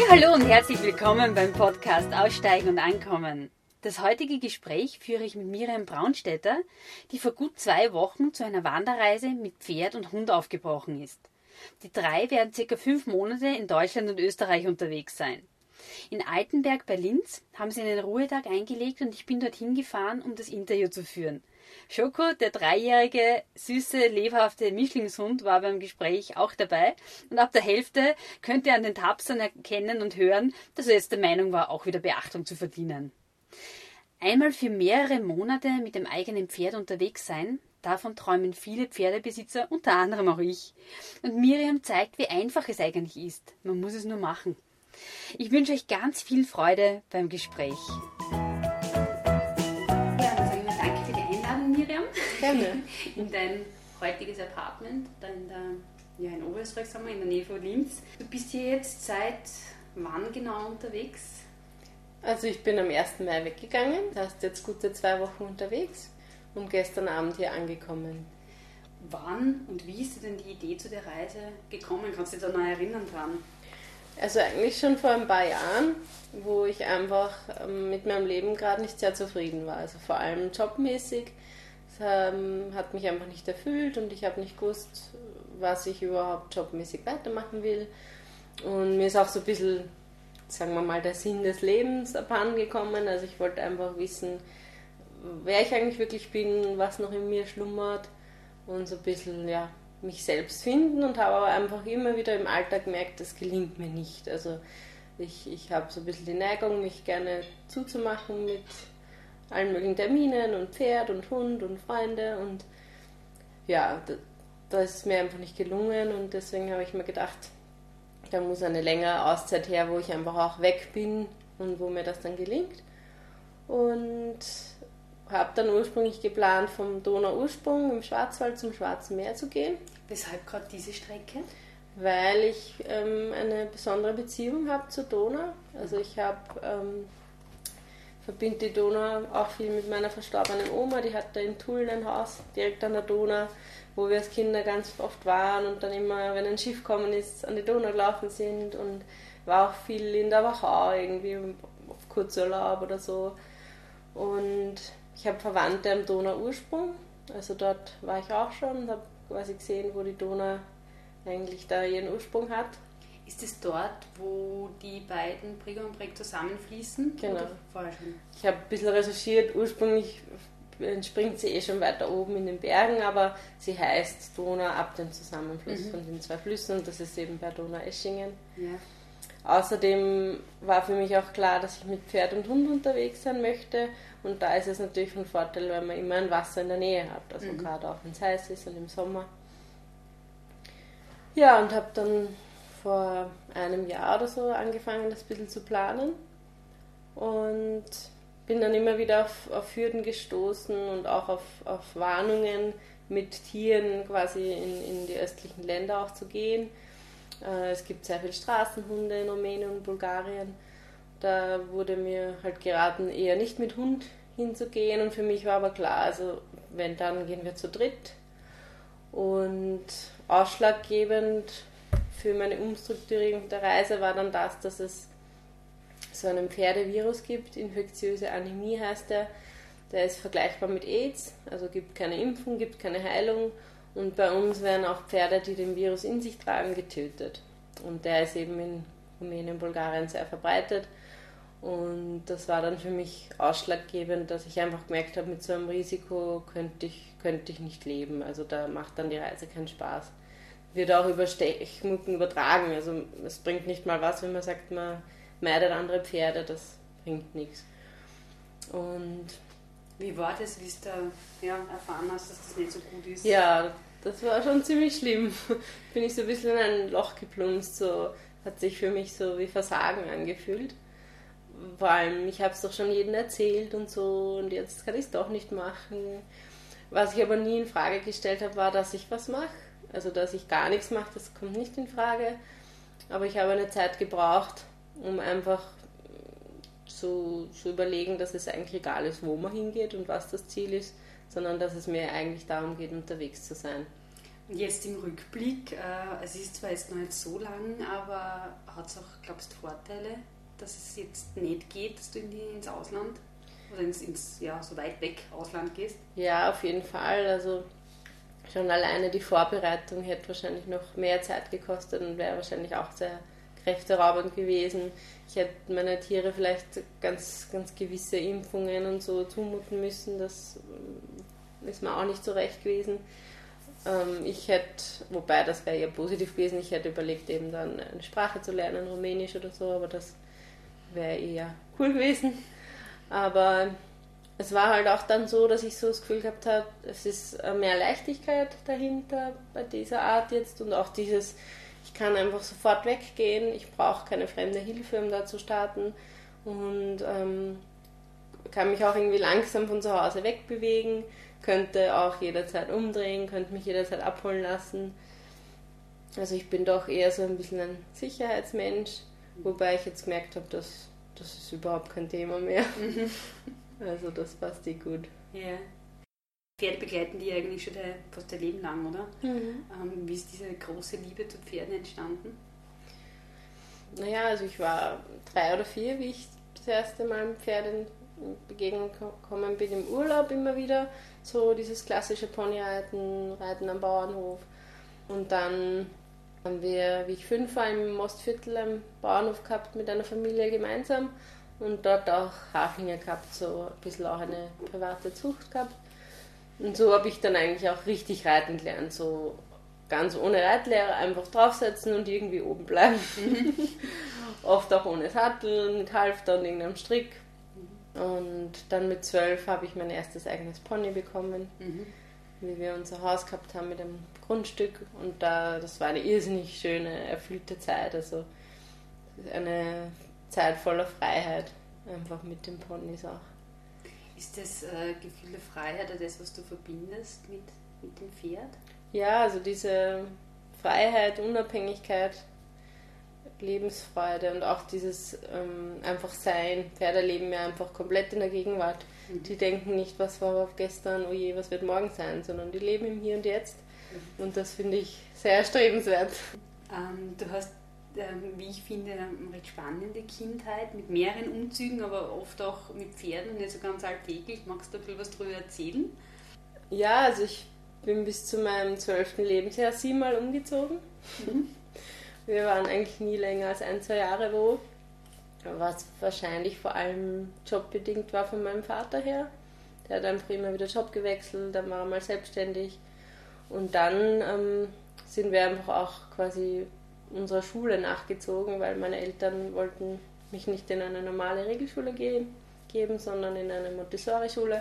Ja, hallo und herzlich willkommen beim Podcast Aussteigen und Ankommen. Das heutige Gespräch führe ich mit Miriam Braunstetter, die vor gut 2 Wochen zu einer Wanderreise mit Pferd und Hund aufgebrochen ist. Die 3 werden ca. 5 Monate in Deutschland und Österreich unterwegs sein. In Altenberg bei Linz haben sie einen Ruhetag eingelegt und ich bin dorthin gefahren, um das Interview zu führen. Schoko, der 3-jährige, süße, lebhafte Mischlingshund, war beim Gespräch auch dabei und ab der Hälfte könnt ihr an den Tapsern erkennen und hören, dass er jetzt der Meinung war, auch wieder Beachtung zu verdienen. Einmal für mehrere Monate mit dem eigenen Pferd unterwegs sein, davon träumen viele Pferdebesitzer, unter anderem auch ich. Und Miriam zeigt, wie einfach es eigentlich ist. Man muss es nur machen. Ich wünsche euch ganz viel Freude beim Gespräch. Ja, dann sage ich mal danke für die Einladung, Miriam. Gerne. In dein heutiges Apartment, da in Oberösterreich, sagen wir, in der Nähe von Linz. Du bist hier jetzt seit wann genau unterwegs? Also ich bin am 1. Mai weggegangen, das heißt jetzt gute 2 Wochen unterwegs und gestern Abend hier angekommen. Wann und wie ist dir denn die Idee zu der Reise gekommen? Kannst du dich da noch erinnern dran? Also eigentlich schon vor ein paar Jahren, wo ich einfach mit meinem Leben gerade nicht sehr zufrieden war. Also vor allem jobmäßig. Es hat mich einfach nicht erfüllt und ich habe nicht gewusst, was ich überhaupt jobmäßig weitermachen will. Und mir ist auch so ein bisschen, sagen wir mal, der Sinn des Lebens abhandengekommen. Also ich wollte einfach wissen, wer ich eigentlich wirklich bin, was noch in mir schlummert und so ein bisschen, ja, mich selbst finden und habe aber einfach immer wieder im Alltag gemerkt, das gelingt mir nicht. Also ich habe so ein bisschen die Neigung, mich gerne zuzumachen mit allen möglichen Terminen und Pferd und Hund und Freunde und ja, da ist es mir einfach nicht gelungen und deswegen habe ich mir gedacht, da muss eine längere Auszeit her, wo ich einfach auch weg bin und wo mir das dann gelingt. Und habe dann ursprünglich geplant, vom Donauursprung im Schwarzwald zum Schwarzen Meer zu gehen. Weshalb gerade diese Strecke? Weil ich eine besondere Beziehung habe zur Donau. Also ich verbinde die Donau auch viel mit meiner verstorbenen Oma. Die hat da in Tulln ein Haus direkt an der Donau, wo wir als Kinder ganz oft waren und dann immer, wenn ein Schiff gekommen ist, an die Donau gelaufen sind und war auch viel in der Wachau irgendwie auf Kurzurlaub oder so. Und ich habe Verwandte am Donauursprung, also dort war ich auch schon und habe quasi gesehen, wo die Donau eigentlich da ihren Ursprung hat. Ist es dort, wo die beiden Brigg und Breg zusammenfließen? Genau. Oder vorher schon? Ich habe ein bisschen recherchiert, ursprünglich entspringt sie schon weiter oben in den Bergen, aber sie heißt Donau ab dem Zusammenfluss von den 2 Flüssen und das ist eben bei Donaueschingen. Ja. Außerdem war für mich auch klar, dass ich mit Pferd und Hund unterwegs sein möchte und da ist es natürlich von Vorteil, weil man immer ein Wasser in der Nähe hat, also gerade auch wenn es heiß ist und im Sommer. Ja, und habe dann vor einem Jahr oder so angefangen, das ein bisschen zu planen und bin dann immer wieder auf Hürden gestoßen und auch auf Warnungen, mit Tieren quasi in die östlichen Länder auch zu gehen. Es gibt sehr viele Straßenhunde in Rumänien und Bulgarien. Da wurde mir halt geraten, eher nicht mit Hund hinzugehen und für mich war aber klar, also wenn, dann gehen wir zu dritt. Und ausschlaggebend für meine Umstrukturierung der Reise war dann das, dass es so einen Pferdevirus gibt, infektiöse Anämie heißt der ist vergleichbar mit AIDS, also gibt keine Impfung, gibt keine Heilung und bei uns werden auch Pferde, die den Virus in sich tragen, getötet. Und der ist eben in Rumänien und Bulgarien sehr verbreitet und das war dann für mich ausschlaggebend, dass ich einfach gemerkt habe, mit so einem Risiko könnte ich nicht leben, also da macht dann die Reise keinen Spaß. Wird auch über Stechmücken übertragen, also es bringt nicht mal was, wenn man sagt, man meidet andere Pferde, das bringt nichts. Und wie war das, wie du erfahren hast, dass das nicht so gut ist? Ja, das war schon ziemlich schlimm. Bin ich so ein bisschen in ein Loch geplumpst, so hat sich für mich so wie Versagen angefühlt. Vor allem, ich habe es doch schon jedem erzählt und so und jetzt kann ich es doch nicht machen. Was ich aber nie in Frage gestellt habe, war, dass ich was mache. Also, dass ich gar nichts mache, das kommt nicht in Frage. Aber ich habe eine Zeit gebraucht, um einfach so zu überlegen, dass es eigentlich egal ist, wo man hingeht und was das Ziel ist, sondern dass es mir eigentlich darum geht, unterwegs zu sein. Jetzt im Rückblick, es ist zwar jetzt noch nicht so lang, aber hat es auch, glaubst du, Vorteile, dass es jetzt nicht geht, dass du ins Ausland oder ins ja, so weit weg Ausland gehst? Ja, auf jeden Fall. Also schon alleine die Vorbereitung hätte wahrscheinlich noch mehr Zeit gekostet und wäre wahrscheinlich auch sehr kräfteraubend gewesen. Ich hätte meine Tiere vielleicht ganz gewisse Impfungen und so zumuten müssen. Das ist mir auch nicht so recht gewesen. Ich hätte, wobei das wäre ja positiv gewesen, ich hätte überlegt, eben dann eine Sprache zu lernen, Rumänisch oder so, aber das wäre eher cool gewesen. Aber es war halt auch dann so, dass ich so das Gefühl gehabt habe, es ist mehr Leichtigkeit dahinter bei dieser Art jetzt und auch dieses, ich kann einfach sofort weggehen, ich brauche keine fremde Hilfe, um da zu starten und kann mich auch irgendwie langsam von zu Hause wegbewegen, könnte auch jederzeit umdrehen, könnte mich jederzeit abholen lassen. Also ich bin doch eher so ein bisschen ein Sicherheitsmensch, wobei ich jetzt gemerkt habe, dass das ist überhaupt kein Thema mehr. Also das passt gut. Ja. Pferde begleiten die eigentlich schon fast dein Leben lang, oder? Wie ist diese große Liebe zu Pferden entstanden? Naja, also ich war 3 oder 4, wie ich das erste Mal mit Pferden begegnet gekommen bin im Urlaub immer wieder. So dieses klassische Ponyreiten, Reiten am Bauernhof. Und dann haben wir, wie ich 5 war, im Mostviertel am Bauernhof gehabt mit einer Familie gemeinsam und dort auch Haflinge gehabt, so ein bisschen auch eine private Zucht gehabt. Und so habe ich dann eigentlich auch richtig reiten gelernt, so ganz ohne Reitlehrer, einfach draufsetzen und irgendwie oben bleiben. Oft auch ohne Sattel, mit Halfter und irgendeinem Strick. Und dann mit 12 habe ich mein erstes eigenes Pony bekommen, wie wir unser Haus gehabt haben mit einem Grundstück. Und das war eine irrsinnig schöne, erfüllte Zeit. Also eine Zeit voller Freiheit, einfach mit den Ponys auch. Ist das Gefühl der Freiheit oder das, was du verbindest mit dem Pferd? Ja, also diese Freiheit, Unabhängigkeit, Lebensfreude und auch dieses einfach Sein. Pferde leben ja einfach komplett in der Gegenwart. Die denken nicht, was war gestern, oh je, was wird morgen sein, sondern die leben im Hier und Jetzt. Und das finde ich sehr erstrebenswert. Du hast, wie ich finde, eine recht spannende Kindheit mit mehreren Umzügen, aber oft auch mit Pferden und nicht so ganz alltäglich. Magst du ein bisschen was darüber erzählen? Ja, also ich bin bis zu meinem 12. Lebensjahr 7-mal umgezogen. Wir waren eigentlich nie länger als 1-2 Jahre wo, was wahrscheinlich vor allem jobbedingt war von meinem Vater her. Der hat einfach immer wieder Job gewechselt, dann war er mal selbstständig und dann sind wir einfach auch quasi unserer Schule nachgezogen, weil meine Eltern wollten mich nicht in eine normale Regelschule geben, sondern in eine Montessori-Schule.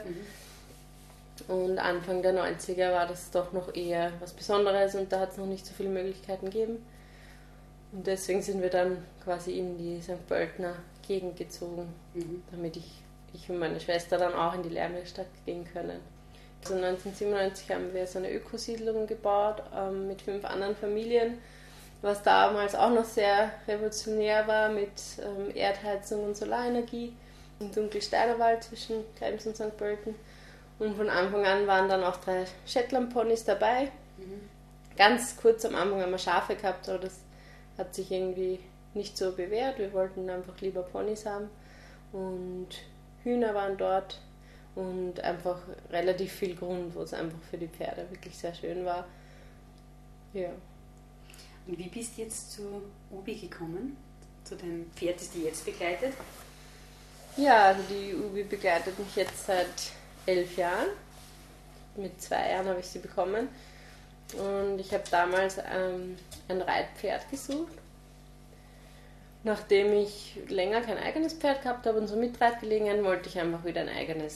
Und Anfang der 90er war das doch noch eher was Besonderes und da hat es noch nicht so viele Möglichkeiten gegeben. Und deswegen sind wir dann quasi in die St. Pöltener Gegend gezogen, damit ich und meine Schwester dann auch in die Lehrwerkstatt gehen können. Also 1997 haben wir so eine Ökosiedlung gebaut mit 5 anderen Familien, was damals auch noch sehr revolutionär war mit Erdheizung und Solarenergie im Dunkelsteinerwald zwischen Krems und St. Pölten. Und von Anfang an waren dann auch 3 Shetland-Ponys dabei. Ganz kurz am Anfang haben wir Schafe gehabt, aber das hat sich irgendwie nicht so bewährt. Wir wollten einfach lieber Ponys haben. Und Hühner waren dort und einfach relativ viel Grund, wo es einfach für die Pferde wirklich sehr schön war. Ja. Und wie bist du jetzt zu Ubi gekommen? Zu deinem Pferd, das dich jetzt begleitet? Ja, also die Ubi begleitet mich jetzt seit 11 Jahren. Mit 2 Jahren habe ich sie bekommen. Und ich habe damals ein Reitpferd gesucht. Nachdem ich länger kein eigenes Pferd gehabt habe und so Mitreitgelegenheiten, wollte ich einfach wieder ein eigenes.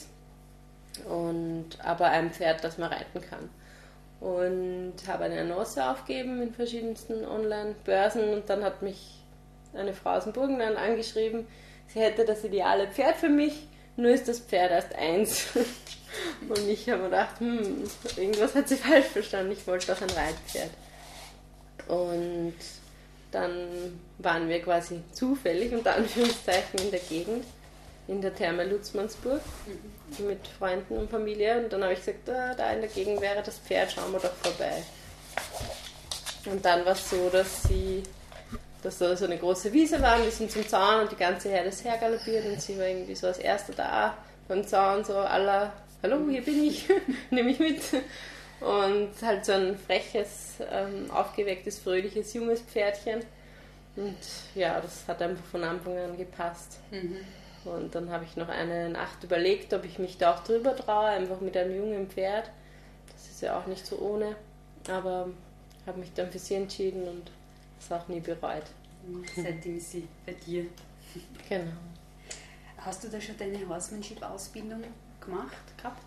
Aber ein Pferd, das man reiten kann. Und habe eine Annonce aufgegeben in verschiedensten Online-Börsen und dann hat mich eine Frau aus dem Burgenland angeschrieben, sie hätte das ideale Pferd für mich, nur ist das Pferd erst 1. Und ich habe mir gedacht, irgendwas hat sie falsch verstanden, ich wollte doch ein Reitpferd. Und dann waren wir quasi zufällig, unter Anführungszeichen, in der Gegend, in der Therme Lutzmannsburg, mit Freunden und Familie. Und dann habe ich gesagt, da in der Gegend wäre das Pferd, schauen wir doch vorbei. Und dann war es so, dass da so eine große Wiese war, wir sind zum Zaun und die ganze Herde ist hergaloppiert und sie war irgendwie so als Erste da beim Zaun, so aller, hallo, hier bin ich, nehme ich mit. Und halt so ein freches, aufgewecktes, fröhliches, junges Pferdchen. Und ja, das hat einfach von Anfang an gepasst. Und dann habe ich noch eine Nacht überlegt, ob ich mich da auch drüber traue, einfach mit einem jungen Pferd. Das ist ja auch nicht so ohne. Aber habe mich dann für sie entschieden und es auch nie bereut. Seitdem ist sie bei dir. Genau. Hast du da schon deine Horsemanship-Ausbildung gehabt?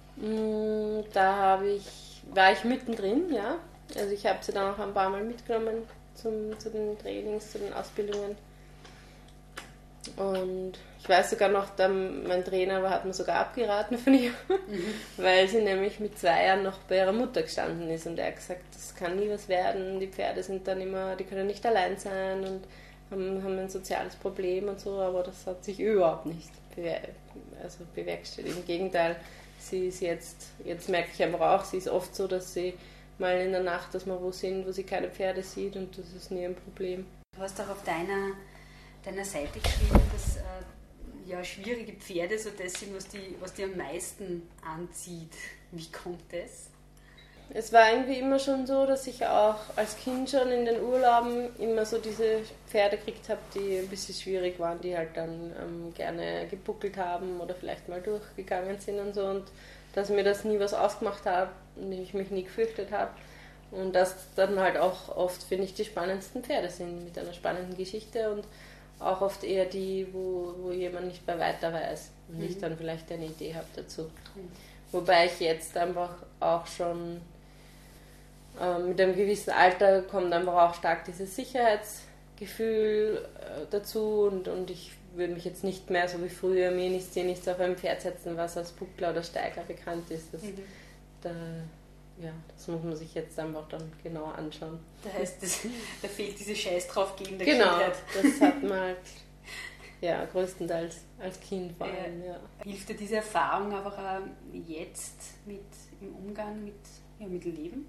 Da war ich mittendrin, ja. Also ich habe sie dann auch ein paar Mal mitgenommen zu den Trainings, zu den Ausbildungen. Und ich weiß sogar noch, mein Trainer hat mir sogar abgeraten von ihr, weil sie nämlich mit 2 Jahren noch bei ihrer Mutter gestanden ist und er hat gesagt, das kann nie was werden, die Pferde sind dann immer, die können nicht allein sein und haben ein soziales Problem und so, aber das hat sich überhaupt nicht bewerkstelligt. Im Gegenteil, sie ist jetzt merke ich aber auch, sie ist oft so, dass sie mal in der Nacht, dass wir wo sind, wo sie keine Pferde sieht und das ist nie ein Problem. Du hast auch auf deiner Seite geschrieben, dass schwierige Pferde so das sind, was die am meisten anzieht. Wie kommt das? Es war irgendwie immer schon so, dass ich auch als Kind schon in den Urlauben immer so diese Pferde gekriegt habe, die ein bisschen schwierig waren, die halt dann gerne gebuckelt haben oder vielleicht mal durchgegangen sind und so und dass mir das nie was ausgemacht hat und ich mich nie gefürchtet habe und dass dann halt auch oft, finde ich, die spannendsten Pferde sind mit einer spannenden Geschichte und auch oft eher die, wo jemand nicht mehr weiter weiß und ich dann vielleicht eine Idee habe dazu. Wobei ich jetzt einfach auch schon mit einem gewissen Alter kommt einfach auch stark dieses Sicherheitsgefühl dazu und ich würde mich jetzt nicht mehr so wie früher mir nichts auf ein Pferd setzen, was als Buckler oder Steiger bekannt ist. Das muss man sich jetzt einfach dann genau anschauen. Das heißt, da fehlt diese Scheiß drauf geben der Kindheit. Genau, das hat man halt größtenteils als Kind vor allem. Ja. Hilft dir diese Erfahrung einfach auch jetzt im Umgang mit dem Leben?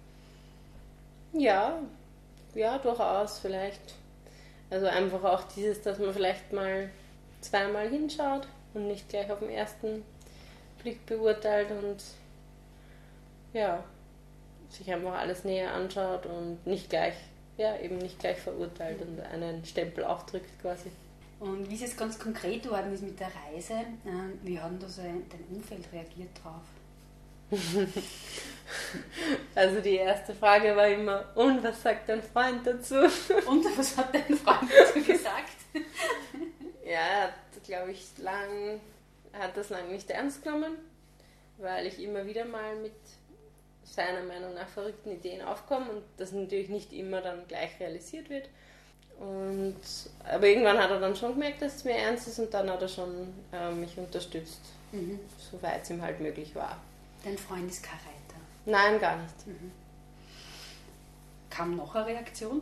Ja, durchaus vielleicht. Also einfach auch dieses, dass man vielleicht mal 2-mal hinschaut und nicht gleich auf den ersten Blick beurteilt und sich einfach alles näher anschaut und nicht gleich verurteilt und einen Stempel aufdrückt quasi. Und wie es jetzt ganz konkret geworden ist mit der Reise, wie hat denn da so dein Umfeld reagiert drauf? Also die erste Frage war immer, und was sagt dein Freund dazu? Und was hat dein Freund dazu gesagt? Ja, er hat das lange nicht ernst genommen, weil ich immer wieder mal mit seiner Meinung nach verrückten Ideen aufkomme und das natürlich nicht immer dann gleich realisiert wird. Aber irgendwann hat er dann schon gemerkt, dass es mir ernst ist und dann hat er schon mich unterstützt, soweit es ihm halt möglich war. Dein Freund ist kein Reiter? Nein, gar nicht. Kam noch eine Reaktion?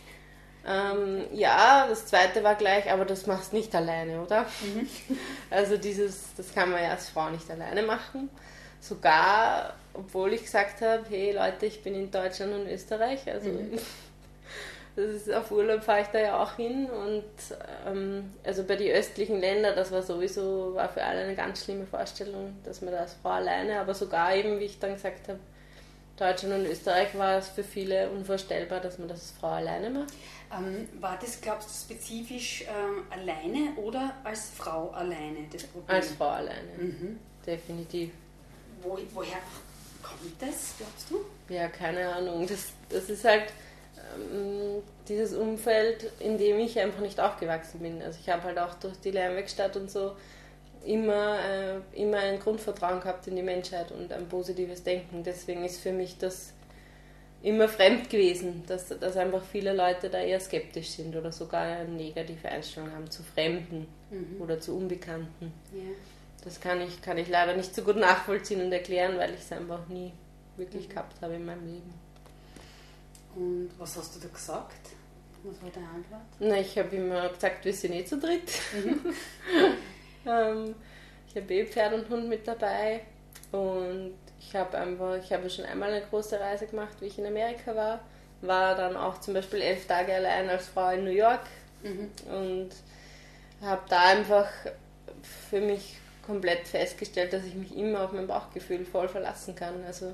Das zweite war gleich, aber das machst du nicht alleine, oder? Also das kann man ja als Frau nicht alleine machen. Sogar, obwohl ich gesagt habe, hey Leute, ich bin in Deutschland und Österreich, also auf Urlaub fahre ich da ja auch hin und also bei den östlichen Ländern, das war für alle eine ganz schlimme Vorstellung, dass man da als Frau alleine, aber sogar eben, wie ich dann gesagt habe, Deutschland und Österreich war es für viele unvorstellbar, dass man das als Frau alleine macht. War das, glaubst du, spezifisch alleine oder als Frau alleine das Problem? Als Frau alleine, definitiv. Woher kommt das, glaubst du? Ja, keine Ahnung. Das ist halt dieses Umfeld, in dem ich einfach nicht aufgewachsen bin. Also ich habe halt auch durch die Lernwerkstatt und so immer ein Grundvertrauen gehabt in die Menschheit und ein positives Denken. Deswegen ist für mich das immer fremd gewesen, dass einfach viele Leute da eher skeptisch sind oder sogar eine negative Einstellung haben zu Fremden oder zu Unbekannten. Ja. Das kann ich leider nicht so gut nachvollziehen und erklären, weil ich es einfach nie wirklich gehabt habe in meinem Leben. Und was hast du da gesagt? Was war deine Antwort? Na, ich habe immer gesagt, wir sind zu dritt. Ich habe Pferd und Hund mit dabei und ich habe schon einmal eine große Reise gemacht, wie ich in Amerika war war dann auch zum Beispiel 11 Tage allein als Frau in New York und habe da einfach für mich komplett festgestellt, dass ich mich immer auf mein Bauchgefühl voll verlassen kann. Also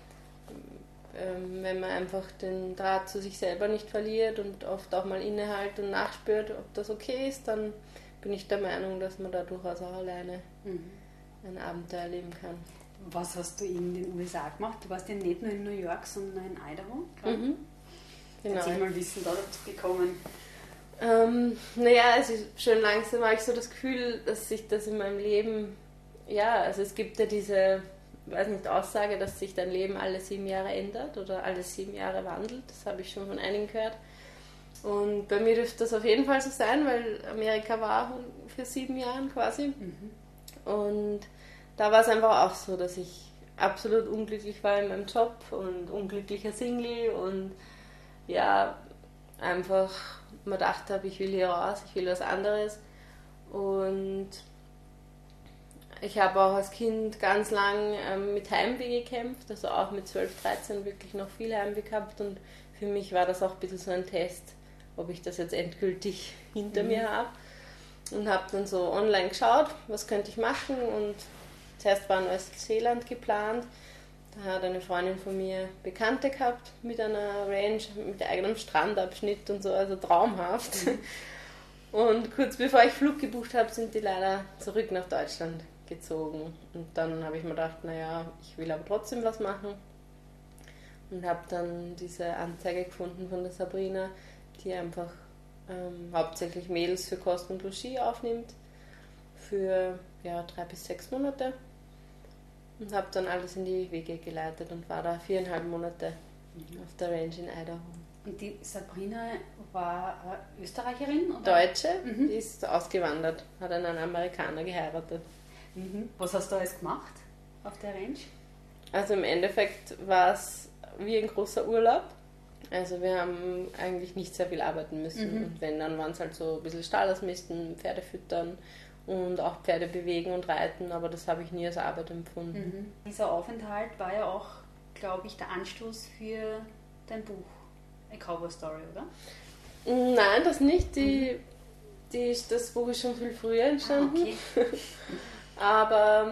wenn man einfach den Draht zu sich selber nicht verliert und oft auch mal innehält und nachspürt, ob das okay ist, dann bin ich der Meinung, dass man da durchaus auch alleine ein Abenteuer erleben kann. Was hast du in den USA gemacht? Du warst ja nicht nur in New York, sondern in Idaho. Genau. Erzähl mal, wie ist denn da dazu gekommen? Also schön langsam habe ich so das Gefühl, dass sich das in meinem Leben, also es gibt ja diese, Aussage, dass sich dein Leben alle 7 Jahre ändert oder alle 7 Jahre wandelt. Das habe ich schon von einigen gehört. Und bei mir dürfte das auf jeden Fall so sein, weil Amerika war für 7 Jahren quasi. Und da war es einfach auch so, dass ich absolut unglücklich war in meinem Job und unglücklicher Single und einfach mir gedacht habe, ich will hier raus, ich will was anderes. Und ich habe auch als Kind ganz lang mit Heimweh gekämpft, also auch mit 12, 13 wirklich noch viel Heimweh gehabt und für mich war das auch ein bisschen so ein Test, ob ich das jetzt endgültig hinter mir habe. Und habe dann so online geschaut, was könnte ich machen und zuerst war Neuseeland geplant. Da hat eine Freundin von mir Bekannte gehabt mit einer Ranch, mit eigenem Strandabschnitt und so, also traumhaft. Und kurz bevor ich Flug gebucht habe, sind die leider zurück nach Deutschland gezogen. Und dann habe ich mir gedacht, ich will aber trotzdem was machen. Und habe dann diese Anzeige gefunden von der Sabrina, die einfach hauptsächlich Mädels für Kosten und Logis aufnimmt. Für 3 bis 6 Monate. Und habe dann alles in die Wege geleitet und war da 4,5 Monate auf der Ranch in Idaho. Und die Sabrina war Österreicherin? Oder? Deutsche, die ist ausgewandert, hat einen Amerikaner geheiratet. Was hast du alles gemacht auf der Ranch? Also im Endeffekt war es wie ein großer Urlaub. Also wir haben eigentlich nicht sehr viel arbeiten müssen. Und wenn, dann waren es halt so ein bisschen Stall ausmisten, Pferde füttern und auch Pferde bewegen und reiten, aber das habe ich nie als Arbeit empfunden. Dieser Aufenthalt war ja auch, glaube ich, der Anstoß für dein Buch, A Cowboy Story, oder? Nein, das nicht. Das Buch ist schon viel früher entstanden. Okay. Aber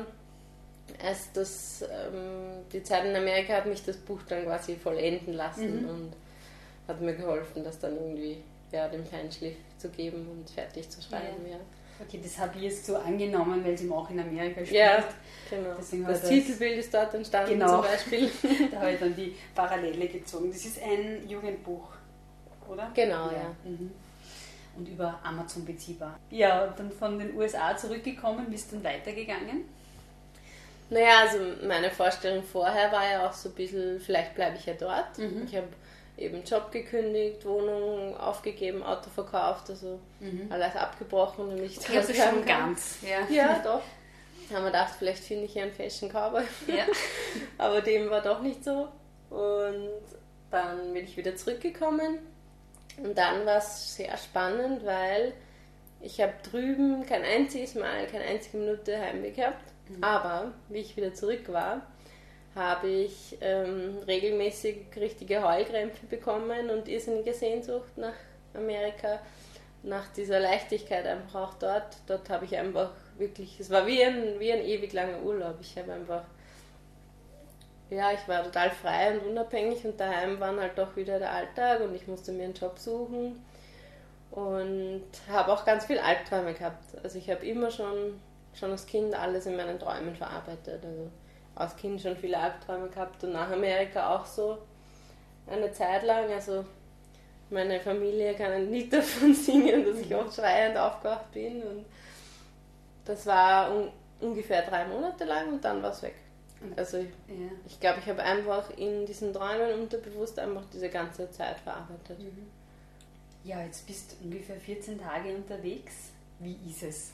die Zeit in Amerika hat mich das Buch dann quasi vollenden lassen und hat mir geholfen, das dann irgendwie dem Feinschliff zu geben und fertig zu schreiben. Ja. Okay, das habe ich jetzt so angenommen, weil sie auch in Amerika spielt. Ja, genau. Deswegen das Titelbild ist dort entstanden zum Beispiel. Da habe ich dann die Parallele gezogen. Das ist ein Jugendbuch, oder? Genau, ja. Und über Amazon beziehbar. Ja, und dann von den USA zurückgekommen, bist du dann weitergegangen? Also meine Vorstellung vorher war ja auch so ein bisschen, vielleicht bleibe ich ja dort. Ich habe eben Job gekündigt, Wohnung aufgegeben, Auto verkauft, also alles abgebrochen. Und ich also schon ganz. Ja, doch. Da haben wir gedacht, vielleicht finde ich ja einen Fashion Cowboy. Ja. Aber dem war doch nicht so. Und dann bin ich wieder zurückgekommen. Und dann war es sehr spannend, weil ich habe drüben kein einziges Mal, keine einzige Minute Heimweh gehabt. Aber wie ich wieder zurück war, habe ich regelmäßig richtige Heulkrämpfe bekommen und irrsinnige Sehnsucht nach Amerika, nach dieser Leichtigkeit einfach auch dort. Dort habe ich einfach wirklich, es war wie ein ewig langer Urlaub. Ich habe einfach, ich war total frei und unabhängig und daheim war halt doch wieder der Alltag und ich musste mir einen Job suchen und habe auch ganz viel Albträume gehabt. Also ich habe immer schon als Kind alles in meinen Träumen verarbeitet. Also als Kind schon viele Albträume gehabt und nach Amerika auch so eine Zeit lang. Also meine Familie kann ein Lied davon singen, dass ich oft schreiend aufgewacht bin. Und das war ungefähr 3 Monate lang und dann war es weg. Also ich glaube, ich habe einfach in diesen Träumen unterbewusst einfach diese ganze Zeit verarbeitet. Ja, jetzt bist du ungefähr 14 Tage unterwegs. Wie ist es?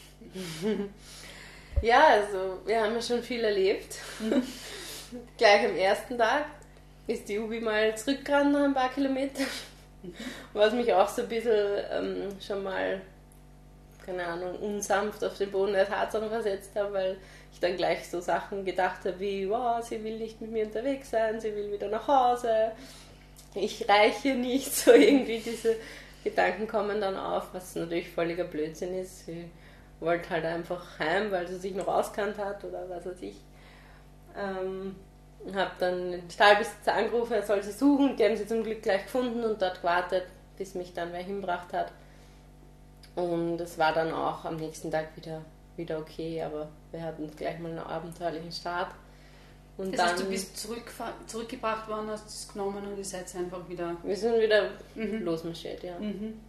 Ja, also wir haben ja schon viel erlebt. Gleich am ersten Tag ist die Ubi mal zurückgerannt nach ein paar Kilometer, was mich auch so ein bisschen schon mal, keine Ahnung, unsanft auf den Boden der Tatsachen versetzt habe, weil ich dann gleich so Sachen gedacht habe wie, wow, sie will nicht mit mir unterwegs sein, sie will wieder nach Hause. ich reiche nicht, so irgendwie diese Gedanken kommen dann auf, was natürlich völliger Blödsinn ist. Sie wollte halt einfach heim, weil sie sich noch auskannt hat oder was weiß ich. Habe dann den Stallbesitzer angerufen, er soll sie suchen. Die haben sie zum Glück gleich gefunden und dort gewartet, bis mich dann wer hingebracht hat. Und es war dann auch am nächsten Tag wieder okay, aber wir hatten gleich mal einen abenteuerlichen Start. Und das heißt, du bist zurückgebracht worden, hast es genommen und ihr seid einfach wieder... Wir sind wieder losmarschiert, ja.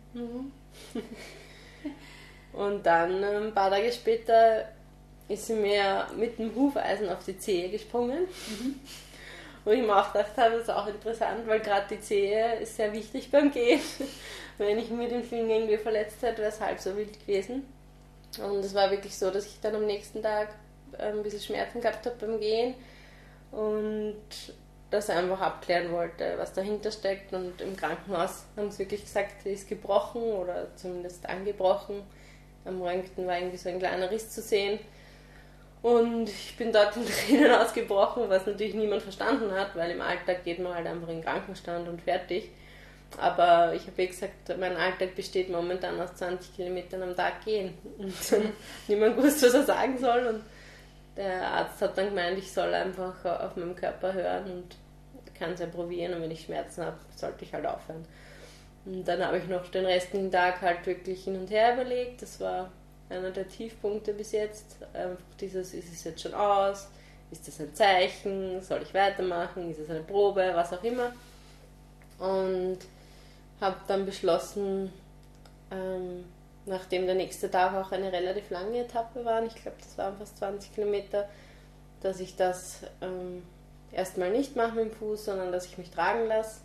Und dann, ein paar Tage später, ist sie mir mit dem Hufeisen auf die Zehe gesprungen. Wo ich mir auch gedacht habe, das ist auch interessant, weil gerade die Zehe ist sehr wichtig beim Gehen. Wenn ich mir den Finger irgendwie verletzt hätte, wäre es halb so wild gewesen. Und es war wirklich so, dass ich dann am nächsten Tag ein bisschen Schmerzen gehabt habe beim Gehen und das einfach abklären wollte, was dahinter steckt. Und im Krankenhaus haben sie wirklich gesagt, sie ist gebrochen oder zumindest angebrochen. Am Röntgen war irgendwie so ein kleiner Riss zu sehen. Und ich bin dort in Tränen ausgebrochen, was natürlich niemand verstanden hat, weil im Alltag geht man halt einfach in den Krankenstand und fertig. Aber ich habe gesagt, mein Alltag besteht momentan aus 20 Kilometern am Tag gehen. Und niemand wusste, was er sagen soll. Und der Arzt hat dann gemeint, ich soll einfach auf meinen Körper hören und kann es ja probieren. Und wenn ich Schmerzen habe, sollte ich halt aufhören. Und dann habe ich noch den restlichen Tag halt wirklich hin und her überlegt. Das war einer der Tiefpunkte bis jetzt. Einfach dieses, ist es jetzt schon aus? Ist das ein Zeichen? Soll ich weitermachen? Ist es eine Probe? Was auch immer. Und habe dann beschlossen, nachdem der nächste Tag auch eine relativ lange Etappe war, ich glaube, das waren fast 20 Kilometer, dass ich das erstmal nicht mache mit dem Fuß, sondern dass ich mich tragen lasse.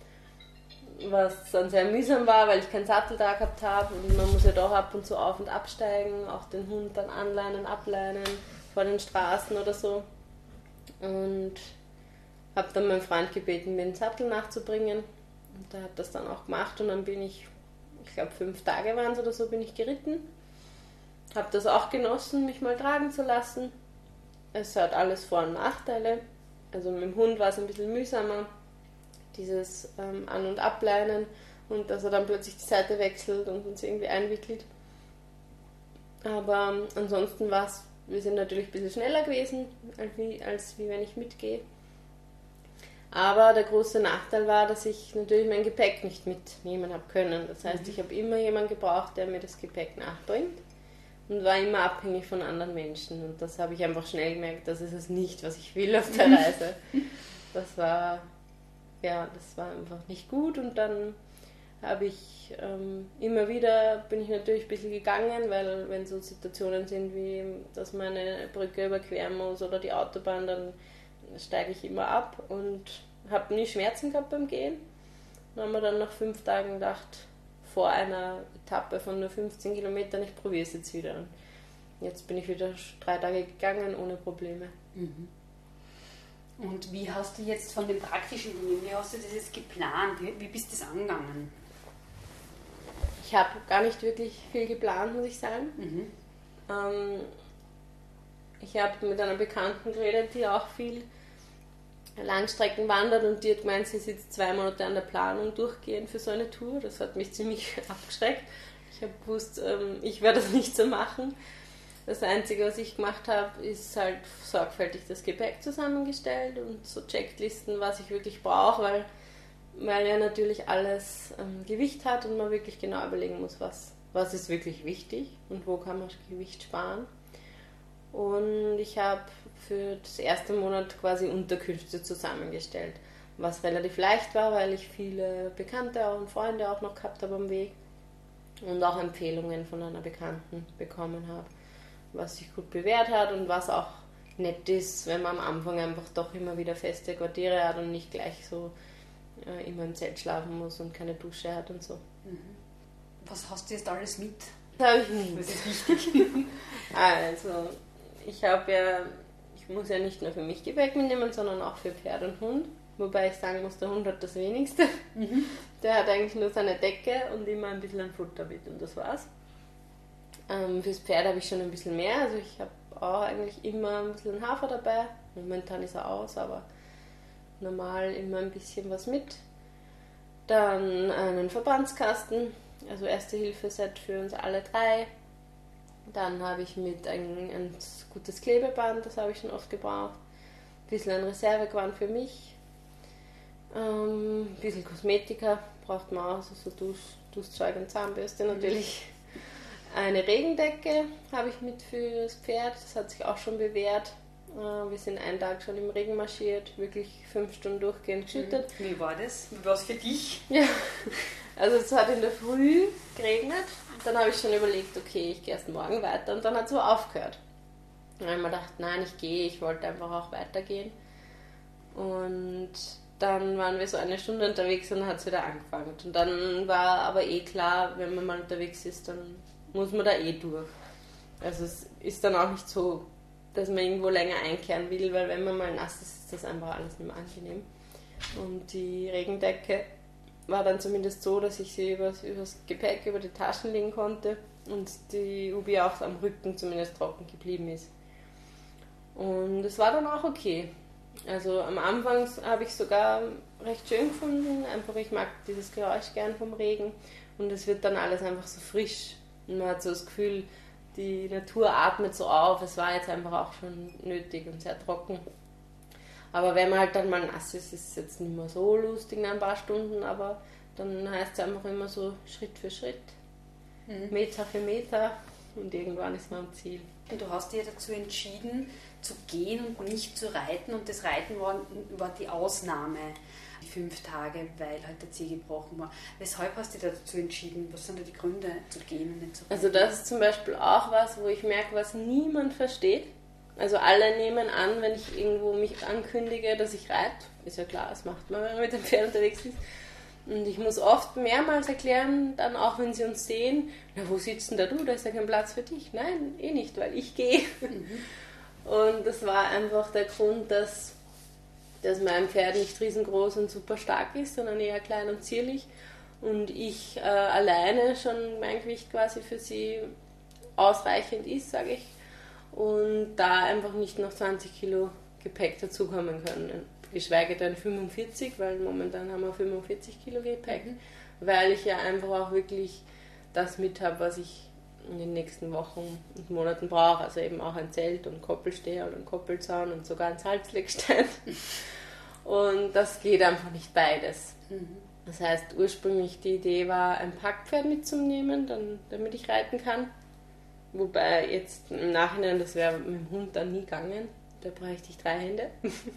Was dann sehr mühsam war, weil ich keinen Sattel da gehabt habe und man muss ja doch ab und zu auf- und absteigen, auch den Hund dann anleinen, ableinen vor den Straßen oder so. Und habe dann meinen Freund gebeten, mir den Sattel nachzubringen. Und der hat das dann auch gemacht und dann bin ich glaube 5 Tage waren es oder so, bin ich geritten. Habe das auch genossen, mich mal tragen zu lassen. Es hat alles Vor- und Nachteile. Also mit dem Hund war es ein bisschen mühsamer, dieses An- und Ableinen und dass er dann plötzlich die Seite wechselt und uns irgendwie einwickelt. Aber ansonsten war es, wir sind natürlich ein bisschen schneller gewesen, als wie wenn ich mitgehe. Aber der große Nachteil war, dass ich natürlich mein Gepäck nicht mitnehmen habe können. Das heißt, ich habe immer jemanden gebraucht, der mir das Gepäck nachbringt und war immer abhängig von anderen Menschen. Und das habe ich einfach schnell gemerkt, das ist es nicht, was ich will auf der Reise. Das war einfach nicht gut. Und dann habe ich immer wieder, bin ich natürlich ein bisschen gegangen, weil wenn so Situationen sind wie, dass man eine Brücke überqueren muss oder die Autobahn, dann steige ich immer ab und habe nie Schmerzen gehabt beim Gehen. Dann haben wir dann nach 5 Tagen gedacht, vor einer Etappe von nur 15 Kilometern, ich probiere es jetzt wieder. Und jetzt bin ich wieder 3 Tage gegangen, ohne Probleme. Und wie hast du jetzt von den praktischen Dingen, wie hast du das jetzt geplant? Wie bist du das angegangen? Ich habe gar nicht wirklich viel geplant, muss ich sagen. Ich habe mit einer Bekannten geredet, die auch viel Langstrecken wandert und die hat gemeint, sie ist jetzt 2 Monate an der Planung durchgehend für so eine Tour. Das hat mich ziemlich abgeschreckt. Ich habe gewusst, ich werde das nicht so machen. Das Einzige, was ich gemacht habe, ist halt sorgfältig das Gepäck zusammengestellt und so Checklisten, was ich wirklich brauche, weil ja natürlich alles Gewicht hat und man wirklich genau überlegen muss, was ist wirklich wichtig und wo kann man Gewicht sparen. Und ich habe für das erste Monat quasi Unterkünfte zusammengestellt, was relativ leicht war, weil ich viele Bekannte und Freunde auch noch gehabt habe am Weg und auch Empfehlungen von einer Bekannten bekommen habe, was sich gut bewährt hat und was auch nett ist, wenn man am Anfang einfach doch immer wieder feste Quartiere hat und nicht gleich so immer im Zelt schlafen muss und keine Dusche hat und so. Was hast du jetzt alles mit? Das habe ich nicht. Das ist wichtig. Also, ich muss ja nicht nur für mich Gepäck mitnehmen, sondern auch für Pferd und Hund. Wobei ich sagen muss, der Hund hat das wenigste. Der hat eigentlich nur seine Decke und immer ein bisschen ein Futter mit und das war's. Fürs Pferd habe ich schon ein bisschen mehr. Also ich habe auch eigentlich immer ein bisschen Hafer dabei. Momentan ist er aus, aber normal immer ein bisschen was mit. Dann einen Verbandskasten, also Erste-Hilfe-Set für uns alle 3. Dann habe ich mit ein gutes Klebeband, das habe ich schon oft gebraucht. Ein bisschen ein Reservegewand für mich. Ein bisschen Kosmetika braucht man auch, also so Duschzeug und Zahnbürste natürlich. Eine Regendecke habe ich mit fürs Pferd, das hat sich auch schon bewährt. Wir sind einen Tag schon im Regen marschiert, wirklich 5 Stunden durchgehend geschüttet. Wie war das? Wie war es für dich? Ja, also es hat in der Früh geregnet. Dann habe ich schon überlegt, okay, ich gehe erst morgen weiter und dann hat es so aufgehört. Dann habe ich mir gedacht, nein, ich gehe, ich wollte einfach auch weitergehen. Und dann waren wir so eine Stunde unterwegs und dann hat es wieder angefangen. Und dann war aber klar, wenn man mal unterwegs ist, dann muss man da durch. Also es ist dann auch nicht so, dass man irgendwo länger einkehren will, weil wenn man mal nass ist, ist das einfach alles nicht mehr angenehm. Und die Regendecke war dann zumindest so, dass ich sie übers Gepäck, über die Taschen legen konnte und die Ubi auch am Rücken zumindest trocken geblieben ist. Und es war dann auch okay. Also am Anfang habe ich sogar recht schön gefunden, einfach ich mag dieses Geräusch gern vom Regen und es wird dann alles einfach so frisch und man hat so das Gefühl, die Natur atmet so auf, es war jetzt einfach auch schon nötig und sehr trocken. Aber wenn man halt dann mal nass ist, ist es jetzt nicht mehr so lustig nach ein paar Stunden, aber dann heißt es einfach immer so Schritt für Schritt, Meter für Meter und irgendwann ist man am Ziel. Und du hast dich dazu entschieden, zu gehen und nicht zu reiten und das Reiten war die Ausnahme, die 5 Tage, weil halt der Zeh gebrochen war. Weshalb hast du dich dazu entschieden? Was sind da die Gründe zu gehen und nicht zu reiten? Also das ist zum Beispiel auch was, wo ich merke, was niemand versteht. Also alle nehmen an, wenn ich irgendwo mich ankündige, dass ich reite. Ist ja klar, das macht man, wenn man mit dem Pferd unterwegs ist. Und ich muss oft mehrmals erklären, dann auch wenn sie uns sehen, na, wo sitzt denn da du? Da ist ja kein Platz für dich. Nein, nicht, weil ich gehe. Und das war einfach der Grund, dass mein Pferd nicht riesengroß und super stark ist, sondern eher klein und zierlich. Und ich alleine schon mein Gewicht quasi für sie ausreichend ist, sage ich. Und da einfach nicht noch 20 Kilo Gepäck dazukommen können. Geschweige denn 45, weil momentan haben wir 45 Kilo Gepäck, weil ich ja einfach auch wirklich das mit habe, was ich in den nächsten Wochen und Monaten brauche. Also eben auch ein Zelt und Koppelsteher und Koppelzaun und sogar ein Salzlegstein. Und das geht einfach nicht beides. Das heißt, ursprünglich die Idee war, ein Packpferd mitzunehmen, damit ich reiten kann. Wobei jetzt im Nachhinein, das wäre mit dem Hund dann nie gegangen. Da bräuchte ich 3 Hände.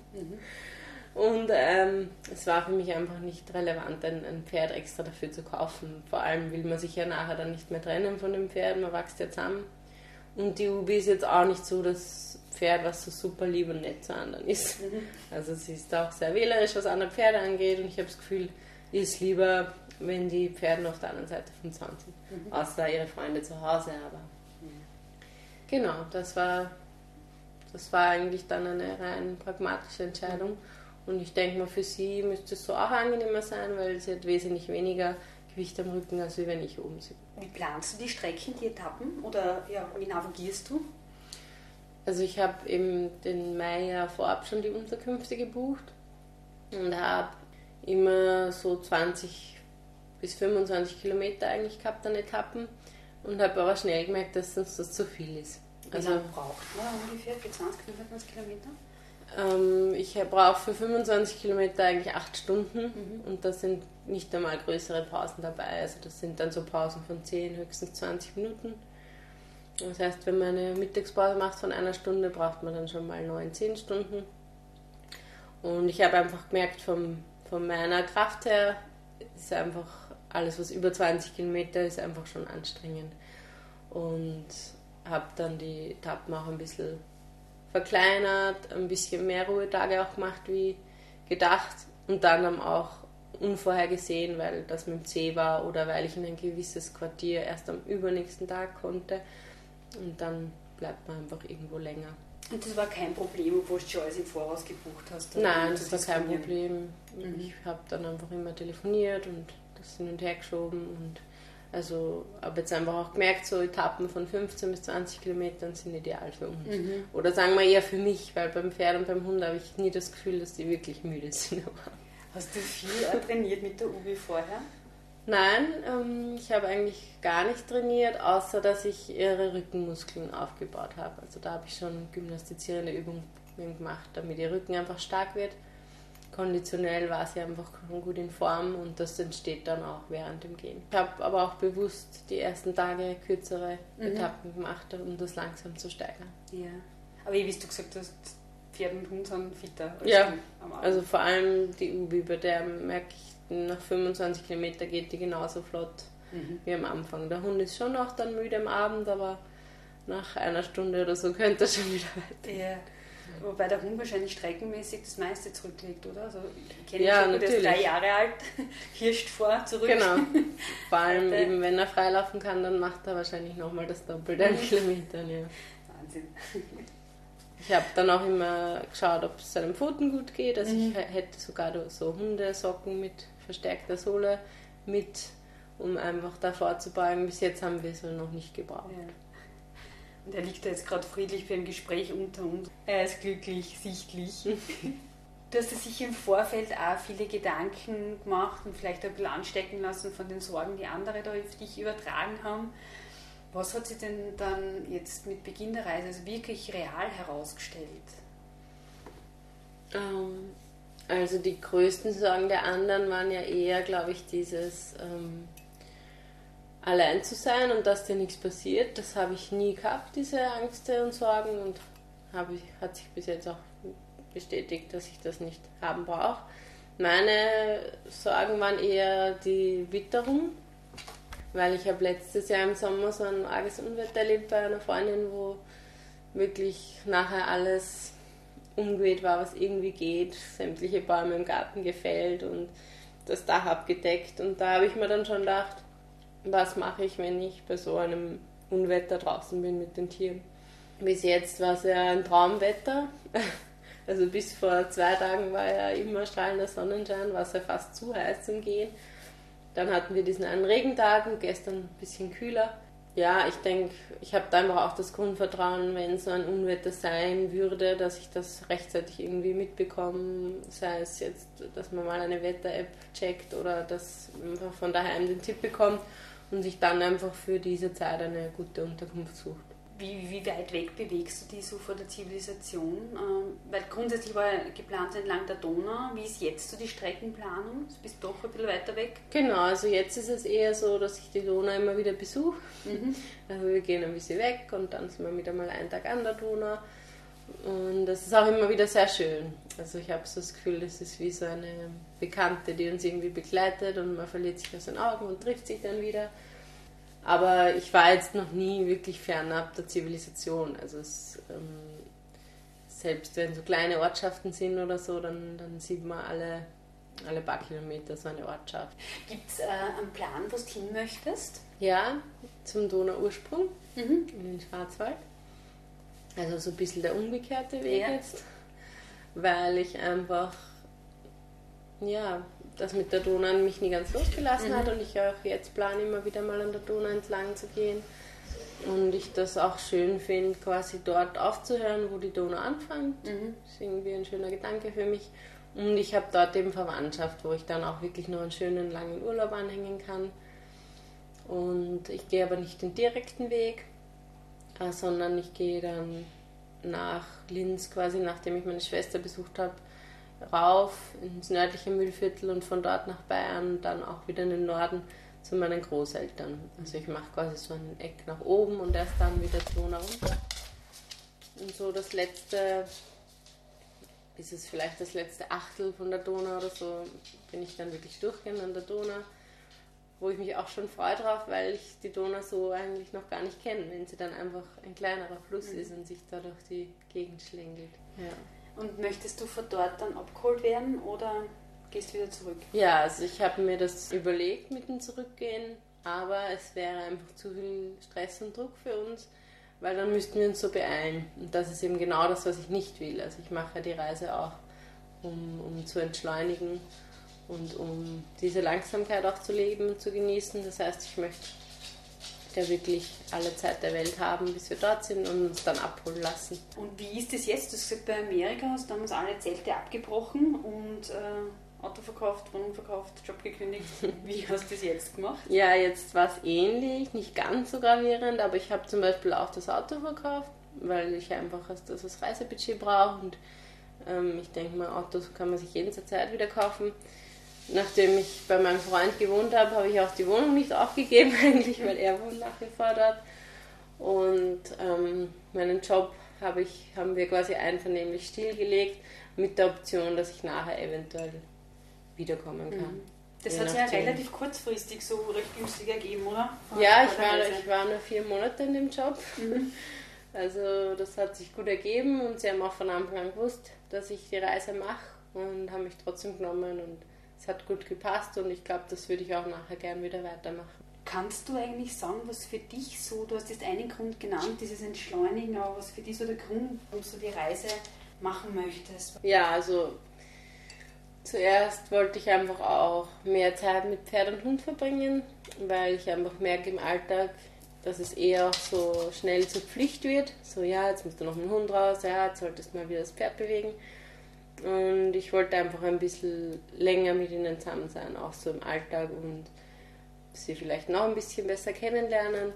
Und es war für mich einfach nicht relevant, ein Pferd extra dafür zu kaufen. Vor allem will man sich ja nachher dann nicht mehr trennen von dem Pferd, man wächst ja zusammen. Und die Ubi ist jetzt auch nicht so das Pferd, was so super lieb und nett zu anderen ist. Also sie ist auch sehr wählerisch, was andere Pferde angeht und ich habe das Gefühl, ihr ist lieber, wenn die Pferde auf der anderen Seite vom Zaun sind. Außer ihre Freunde zu Hause, aber genau, das war eigentlich dann eine rein pragmatische Entscheidung. Und ich denke mal, für sie müsste es so auch angenehmer sein, weil sie hat wesentlich weniger Gewicht am Rücken, als wenn ich oben sitze. Wie planst du die Strecken, die Etappen? Oder ja, wie navigierst du? Also ich habe im den Mai ja vorab schon die Unterkünfte gebucht und habe immer so 20 bis 25 Kilometer eigentlich gehabt an Etappen und habe aber schnell gemerkt, dass uns das zu viel ist. Wie lange braucht man ungefähr für 20, 25 Kilometer? Ich brauche für 25 Kilometer eigentlich 8 Stunden und da sind nicht einmal größere Pausen dabei. Also das sind dann so Pausen von 10, höchstens 20 Minuten. Das heißt, wenn man eine Mittagspause macht von 1 Stunde, braucht man dann schon mal 9, 10 Stunden. Und ich habe einfach gemerkt, von meiner Kraft her, ist einfach alles, was über 20 Kilometer ist, einfach schon anstrengend. Und habe dann die Etappen auch ein bisschen verkleinert, ein bisschen mehr Ruhetage auch gemacht wie gedacht und dann haben auch unvorhergesehen, weil das mit dem C war oder weil ich in ein gewisses Quartier erst am übernächsten Tag konnte und dann bleibt man einfach irgendwo länger. Und das war kein Problem, obwohl du schon alles im Voraus gebucht hast? Nein, das war kein Problem. Ich habe dann einfach immer telefoniert und das hin und her geschoben und also habe jetzt einfach auch gemerkt, so Etappen von 15 bis 20 Kilometern sind ideal für uns. Oder sagen wir eher für mich, weil beim Pferd und beim Hund habe ich nie das Gefühl, dass die wirklich müde sind. Hast du viel trainiert mit der Ubi vorher? Nein, ich habe eigentlich gar nicht trainiert, außer dass ich ihre Rückenmuskeln aufgebaut habe. Also da habe ich schon gymnastizierende Übungen gemacht, damit ihr Rücken einfach stark wird. Konditionell war sie einfach gut in Form und das entsteht dann auch während dem Gehen. Ich habe aber auch bewusst die ersten Tage kürzere Etappen gemacht, um das langsam zu steigern. Ja, aber wie du gesagt hast, Pferd und Hund sind fitter als ja, du am Abend. Also vor allem die Ubi, bei der merke ich, nach 25 Kilometern geht die genauso flott wie am Anfang. Der Hund ist schon noch dann müde am Abend, aber nach einer Stunde oder so könnte er schon wieder weiter. Ja. Wobei der Hund wahrscheinlich streckenmäßig das meiste zurücklegt, oder? Also ich kenne ja, ihn schon, der ist 3 Jahre alt, hirscht vor, zurück. Genau. Vor allem eben, wenn er freilaufen kann, dann macht er wahrscheinlich nochmal das Doppelte an Kilometern. Ja. Wahnsinn. Ich habe dann auch immer geschaut, ob es seinem Pfoten gut geht. Also ich hätte sogar so Hundesocken mit verstärkter Sohle mit, um einfach da vorzubeugen. Bis jetzt haben wir es noch nicht gebraucht. Ja. Und er liegt da jetzt gerade friedlich für ein Gespräch unter uns. Er ist glücklich, sichtlich. Du hast dir sicher im Vorfeld auch viele Gedanken gemacht und vielleicht ein bisschen anstecken lassen von den Sorgen, die andere da auf dich übertragen haben. Was hat sich denn dann jetzt mit Beginn der Reise also wirklich real herausgestellt? Also die größten Sorgen der anderen waren ja eher, glaube ich, dieses allein zu sein und dass dir nichts passiert. Das habe ich nie gehabt, diese Ängste und Sorgen, und hat sich bis jetzt auch bestätigt, dass ich das nicht haben brauche. Meine Sorgen waren eher die Witterung, weil ich habe letztes Jahr im Sommer so ein arges Unwetter erlebt bei einer Freundin, wo wirklich nachher alles umgeweht war, was irgendwie geht, sämtliche Bäume im Garten gefällt und das Dach abgedeckt, und da habe ich mir dann schon gedacht, was mache ich, wenn ich bei so einem Unwetter draußen bin mit den Tieren. Bis jetzt war es ja ein Traumwetter. Also bis vor 2 Tagen war ja immer strahlender Sonnenschein, war es ja fast zu heiß zum Gehen. Dann hatten wir diesen einen Regentag und gestern ein bisschen kühler. Ja, ich denke, ich habe da einfach auch das Grundvertrauen, wenn so ein Unwetter sein würde, dass ich das rechtzeitig irgendwie mitbekomme. Sei es jetzt, dass man mal eine Wetter-App checkt oder dass man von daheim den Tipp bekommt und sich dann einfach für diese Zeit eine gute Unterkunft sucht. Wie weit weg bewegst du dich so von der Zivilisation? Weil grundsätzlich war ja geplant entlang der Donau. Wie ist jetzt so die Streckenplanung? Du bist doch ein bisschen weiter weg. Genau, also jetzt ist es eher so, dass ich die Donau immer wieder besuche. Also wir gehen ein bisschen weg und dann sind wir wieder mal einen Tag an der Donau. Und das ist auch immer wieder sehr schön. Also ich habe so das Gefühl, das ist wie so eine Bekannte, die uns irgendwie begleitet und man verliert sich aus den Augen und trifft sich dann wieder. Aber ich war jetzt noch nie wirklich fernab der Zivilisation. Also selbst wenn so kleine Ortschaften sind oder so, dann sieht man alle paar Kilometer so eine Ortschaft. Gibt es einen Plan, wo du hin möchtest? Ja, zum Donauursprung in den Schwarzwald. Also so ein bisschen der umgekehrte Weg jetzt. Weil ich einfach, ja, das mit der Donau mich nie ganz losgelassen hat und ich auch jetzt plane, immer wieder mal an der Donau entlang zu gehen. Und ich das auch schön finde, quasi dort aufzuhören, wo die Donau anfängt. Das ist irgendwie ein schöner Gedanke für mich. Und ich habe dort eben Verwandtschaft, wo ich dann auch wirklich noch einen schönen langen Urlaub anhängen kann. Und ich gehe aber nicht den direkten Weg, sondern ich gehe dann nach Linz, quasi nachdem ich meine Schwester besucht habe, rauf ins nördliche Mühlviertel und von dort nach Bayern und dann auch wieder in den Norden zu meinen Großeltern. Also ich mache quasi so ein Eck nach oben und erst dann wieder die Donau runter. Und so das letzte, ist es vielleicht das letzte Achtel von der Donau oder so, bin ich dann wirklich durchgehend an der Donau, wo ich mich auch schon freue drauf, weil ich die Donau so eigentlich noch gar nicht kenne, wenn sie dann einfach ein kleinerer Fluss ist und sich da durch die Gegend schlängelt. Ja. Und möchtest du von dort dann abgeholt werden oder gehst du wieder zurück? Ja, also ich habe mir das überlegt mit dem Zurückgehen, aber es wäre einfach zu viel Stress und Druck für uns, weil dann müssten wir uns so beeilen. Und das ist eben genau das, was ich nicht will. Also ich mache die Reise auch, um zu entschleunigen und um diese Langsamkeit auch zu leben und zu genießen. Das heißt, ich möchte ja wirklich alle Zeit der Welt haben, bis wir dort sind und uns dann abholen lassen. Und wie ist das jetzt? Du hast gesagt, bei Amerika hast du damals alle Zelte abgebrochen und Auto verkauft, Wohnung verkauft, Job gekündigt. Wie hast du das jetzt gemacht? Ja, jetzt war es ähnlich, nicht ganz so gravierend, aber ich habe zum Beispiel auch das Auto verkauft, weil ich einfach das Reisebudget brauche und ich denke mal, Autos kann man sich jederzeit wieder kaufen. Nachdem ich bei meinem Freund gewohnt habe, habe ich auch die Wohnung nicht aufgegeben eigentlich, weil er wohnt nach wie vor dort. Und meinen Job haben wir quasi einvernehmlich stillgelegt, mit der Option, dass ich nachher eventuell wiederkommen kann. Das hat sich ja relativ kurzfristig so recht günstig ergeben, oder? Ja, ich war nur 4 Monate in dem Job. Also das hat sich gut ergeben und sie haben auch von Anfang an gewusst, dass ich die Reise mache und haben mich trotzdem genommen und es hat gut gepasst und ich glaube, das würde ich auch nachher gern wieder weitermachen. Kannst du eigentlich sagen, was für dich so, du hast jetzt einen Grund genannt, dieses Entschleunigen, aber was für dich so der Grund, warum du die Reise machen möchtest? Ja, also zuerst wollte ich einfach auch mehr Zeit mit Pferd und Hund verbringen, weil ich einfach merke im Alltag, dass es eher so schnell zur Pflicht wird. So, ja, jetzt musst du noch mit dem Hund raus, ja, jetzt solltest du mal wieder das Pferd bewegen. Und ich wollte einfach ein bisschen länger mit ihnen zusammen sein, auch so im Alltag und sie vielleicht noch ein bisschen besser kennenlernen.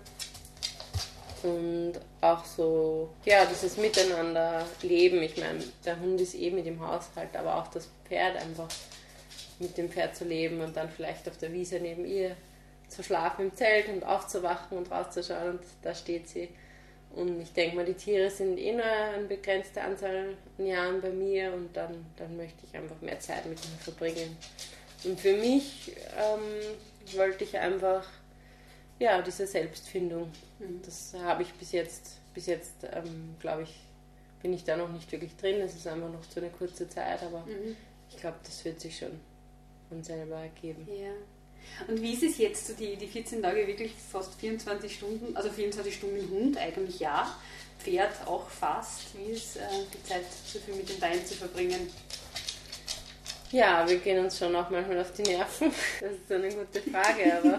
Und auch so, ja, dieses Miteinander leben. Ich meine, der Hund ist eh mit im Haushalt, aber auch das Pferd einfach mit dem Pferd zu leben und dann vielleicht auf der Wiese neben ihr zu schlafen im Zelt und aufzuwachen und rauszuschauen und da steht sie. Und ich denke mal, die Tiere sind eh nur eine begrenzte Anzahl an Jahren bei mir und dann möchte ich einfach mehr Zeit mit ihnen verbringen. Und für mich wollte ich einfach, ja, diese Selbstfindung. Das habe ich bis jetzt glaube ich, bin ich da noch nicht wirklich drin. Es ist einfach noch so eine kurze Zeit, aber ich glaube, das wird sich schon von selber ergeben. Ja. Und wie ist es jetzt, so die 14 Tage wirklich fast 24 Stunden, also 24 Stunden mit Hund eigentlich ja, Pferd auch fast, wie ist die Zeit so viel mit den Beinen zu verbringen? Ja, wir gehen uns schon auch manchmal auf die Nerven. Das ist eine gute Frage, aber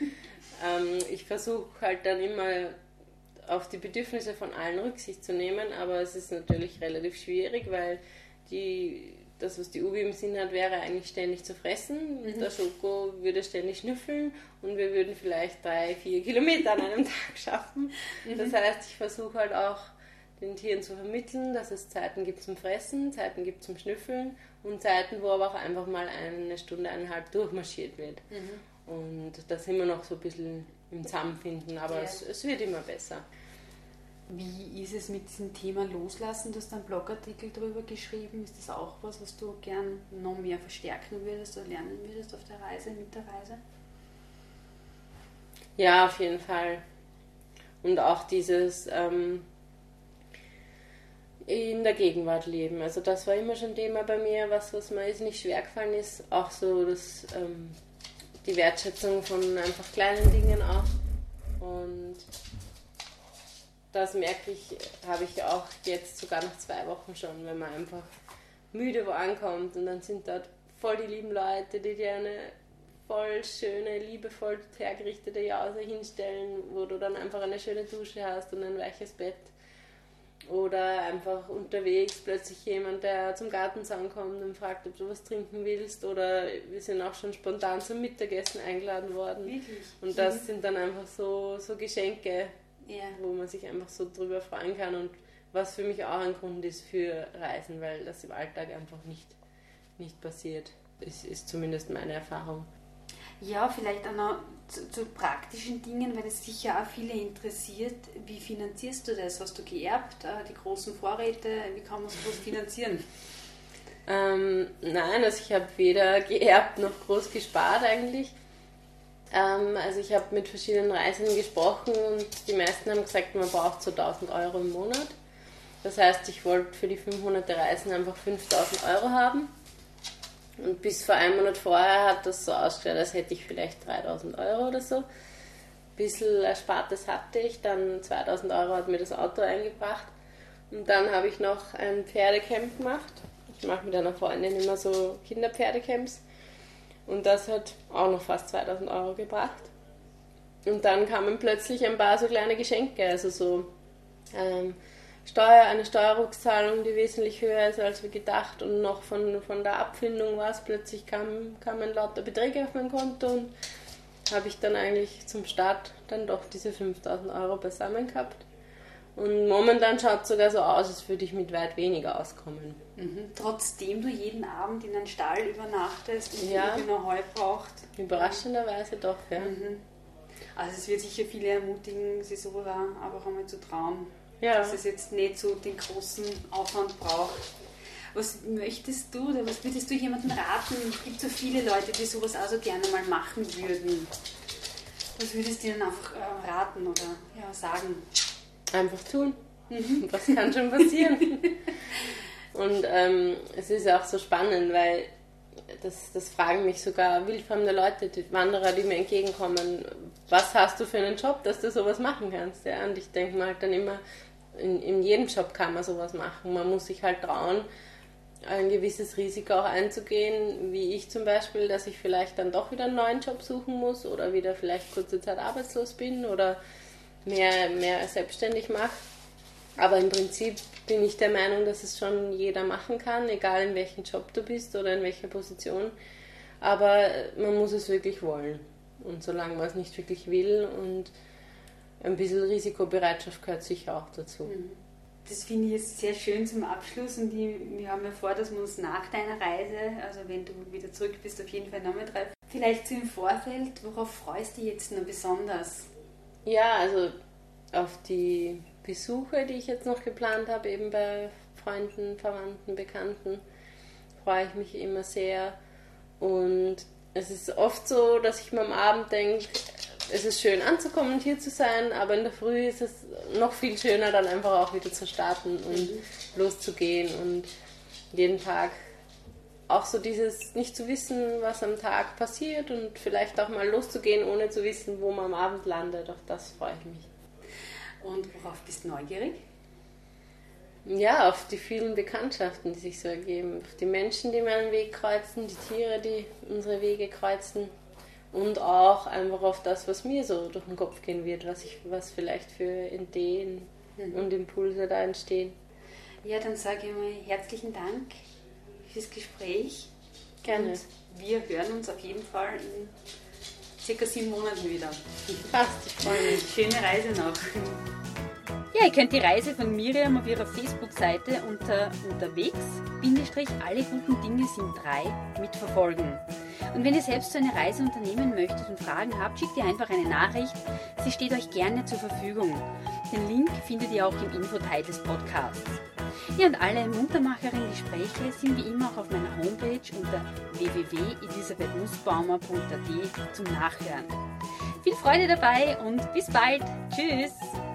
ich versuche halt dann immer auf die Bedürfnisse von allen Rücksicht zu nehmen, aber es ist natürlich relativ schwierig, weil das, was die Ubi im Sinn hat, wäre eigentlich ständig zu fressen. Der Schoko würde ständig schnüffeln und wir würden vielleicht 3-4 Kilometer an einem Tag schaffen. Das heißt, ich versuche halt auch den Tieren zu vermitteln, dass es Zeiten gibt zum Fressen, Zeiten gibt zum Schnüffeln und Zeiten, wo aber auch einfach mal 1 Stunde, 1,5 durchmarschiert wird. Und da sind wir noch so ein bisschen im Zusammenfinden, aber es wird immer besser. Wie ist es mit diesem Thema Loslassen? Du hast einen Blogartikel darüber geschrieben. Ist das auch was du gern noch mehr verstärken würdest oder lernen würdest auf der Reise, mit der Reise? Ja, auf jeden Fall. Und auch dieses in der Gegenwart leben. Also das war immer schon Thema bei mir, was mir jetzt nicht schwer gefallen ist. Auch so die Wertschätzung von einfach kleinen Dingen auch. Und das merke ich, habe ich auch jetzt sogar nach 2 Wochen schon, wenn man einfach müde wo ankommt und dann sind dort voll die lieben Leute, die dir eine voll schöne, liebevoll hergerichtete Jause hinstellen, wo du dann einfach eine schöne Dusche hast und ein weiches Bett. Oder einfach unterwegs plötzlich jemand, der zum Gartenzaun kommt und fragt, ob du was trinken willst. Oder wir sind auch schon spontan zum Mittagessen eingeladen worden. Wirklich? Und das sind dann einfach so Geschenke, ja, wo man sich einfach so drüber freuen kann. Und was für mich auch ein Grund ist für Reisen, weil das im Alltag einfach nicht passiert. Ist zumindest meine Erfahrung. Ja, vielleicht auch noch zu praktischen Dingen, weil das sicher auch viele interessiert. Wie finanzierst du das? Hast du geerbt, die großen Vorräte? Wie kann man sowas finanzieren? Nein, also ich habe weder geerbt noch groß gespart eigentlich. Also ich habe mit verschiedenen Reisenden gesprochen und die meisten haben gesagt, man braucht so 1.000 Euro im Monat. Das heißt, ich wollte für die 5 Monate Reisen einfach 5.000 Euro haben. Und bis vor 1 Monat vorher hat das so ausgeschaut, als hätte ich vielleicht 3.000 Euro oder so. Ein bisschen Erspartes hatte ich, dann 2.000 Euro hat mir das Auto eingebracht. Und dann habe ich noch ein Pferdecamp gemacht. Ich mache mit einer Freundin immer so Kinderpferdecamps. Und das hat auch noch fast 2.000 Euro gebracht. Und dann kamen plötzlich ein paar so kleine Geschenke, also so eine Steuerrückzahlung, die wesentlich höher ist als wir gedacht, und noch von der Abfindung war es plötzlich, kamen lauter Beträge auf mein Konto, und habe ich dann eigentlich zum Start dann doch diese 5.000 Euro beisammen gehabt. Und momentan schaut es sogar so aus, als würde ich mit weit weniger auskommen. Trotzdem du jeden Abend in einen Stall übernachtest und Ja. genau Heu braucht. Überraschenderweise doch, ja. Also es wird sicher viele ermutigen, sich so einfach einmal zu trauen. Ja. Dass es jetzt nicht so den großen Aufwand braucht. Was möchtest du oder was würdest du jemandem raten? Es gibt so viele Leute, die sowas auch so gerne mal machen würden. Was würdest du ihnen einfach raten oder sagen? Einfach tun. Was kann schon passieren? Und es ist auch so spannend, weil das fragen mich sogar wildfremde Leute, die Wanderer, die mir entgegenkommen, was hast du für einen Job, dass du sowas machen kannst? Ja? Und ich denke mir halt dann immer, in jedem Job kann man sowas machen. Man muss sich halt trauen, ein gewisses Risiko auch einzugehen, wie ich zum Beispiel, dass ich vielleicht dann doch wieder einen neuen Job suchen muss oder wieder vielleicht kurze Zeit arbeitslos bin oder mehr selbstständig mache. Aber im Prinzip bin ich der Meinung, dass es schon jeder machen kann, egal in welchem Job du bist oder in welcher Position. Aber man muss es wirklich wollen. Und solange man es nicht wirklich will, und ein bisschen Risikobereitschaft gehört sicher auch dazu. Das finde ich jetzt sehr schön zum Abschluss, und wir haben ja vor, dass wir uns nach deiner Reise, also wenn du wieder zurück bist, auf jeden Fall nochmal treffen. Vielleicht so im Vorfeld, worauf freust du dich jetzt noch besonders? Ja, also auf die Besuche, die ich jetzt noch geplant habe, eben bei Freunden, Verwandten, Bekannten, freue ich mich immer sehr. Und es ist oft so, dass ich mir am Abend denke, es ist schön anzukommen und hier zu sein, aber in der Früh ist es noch viel schöner, dann einfach auch wieder zu starten und loszugehen und jeden Tag auch so dieses nicht zu wissen, was am Tag passiert, und vielleicht auch mal loszugehen, ohne zu wissen, wo man am Abend landet. Auf das freue ich mich. Und worauf bist du neugierig? Ja, auf die vielen Bekanntschaften, die sich so ergeben, auf die Menschen, die meinen Weg kreuzen, die Tiere, die unsere Wege kreuzen, und auch einfach auf das, was mir so durch den Kopf gehen wird, was vielleicht für Ideen und Impulse da entstehen. Ja, dann sage ich mal herzlichen Dank fürs Gespräch. Gerne. Und wir hören uns auf jeden Fall in circa 7 Monaten wieder. Passt, ich freue mich. Schöne Reise noch. Ja, ihr könnt die Reise von Miriam auf ihrer Facebook-Seite unter unterwegs-alle guten Dinge sind 3 mitverfolgen. Und wenn ihr selbst so eine Reise unternehmen möchtet und Fragen habt, schickt ihr einfach eine Nachricht. Sie steht euch gerne zur Verfügung. Den Link findet ihr auch im Infoteil des Podcasts. Ja, und alle Muntermacherin-Gespräche sind wie immer auch auf meiner Homepage unter www.elisabethnussbaumer.at zum Nachhören. Viel Freude dabei und bis bald. Tschüss!